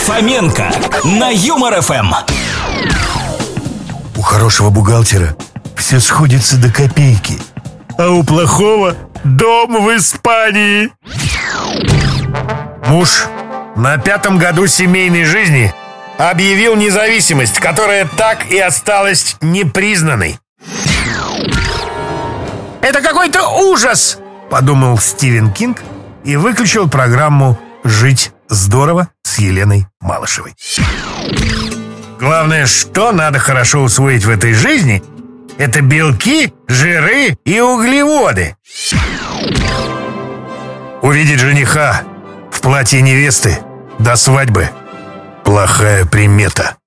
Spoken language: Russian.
Фоменко на Юмор ФМ. У хорошего бухгалтера все сходится до копейки, а у плохого дом в Испании. Муж на 5-м году семейной жизни объявил независимость, которая так и осталась непризнанной. «Это какой-то ужас!» — подумал Стивен Кинг и выключил программу «Жить здорово» с Еленой Малышевой. Главное, что надо хорошо усвоить в этой жизни, это белки, жиры и углеводы. Увидеть жениха в платье невесты до свадьбы — плохая примета.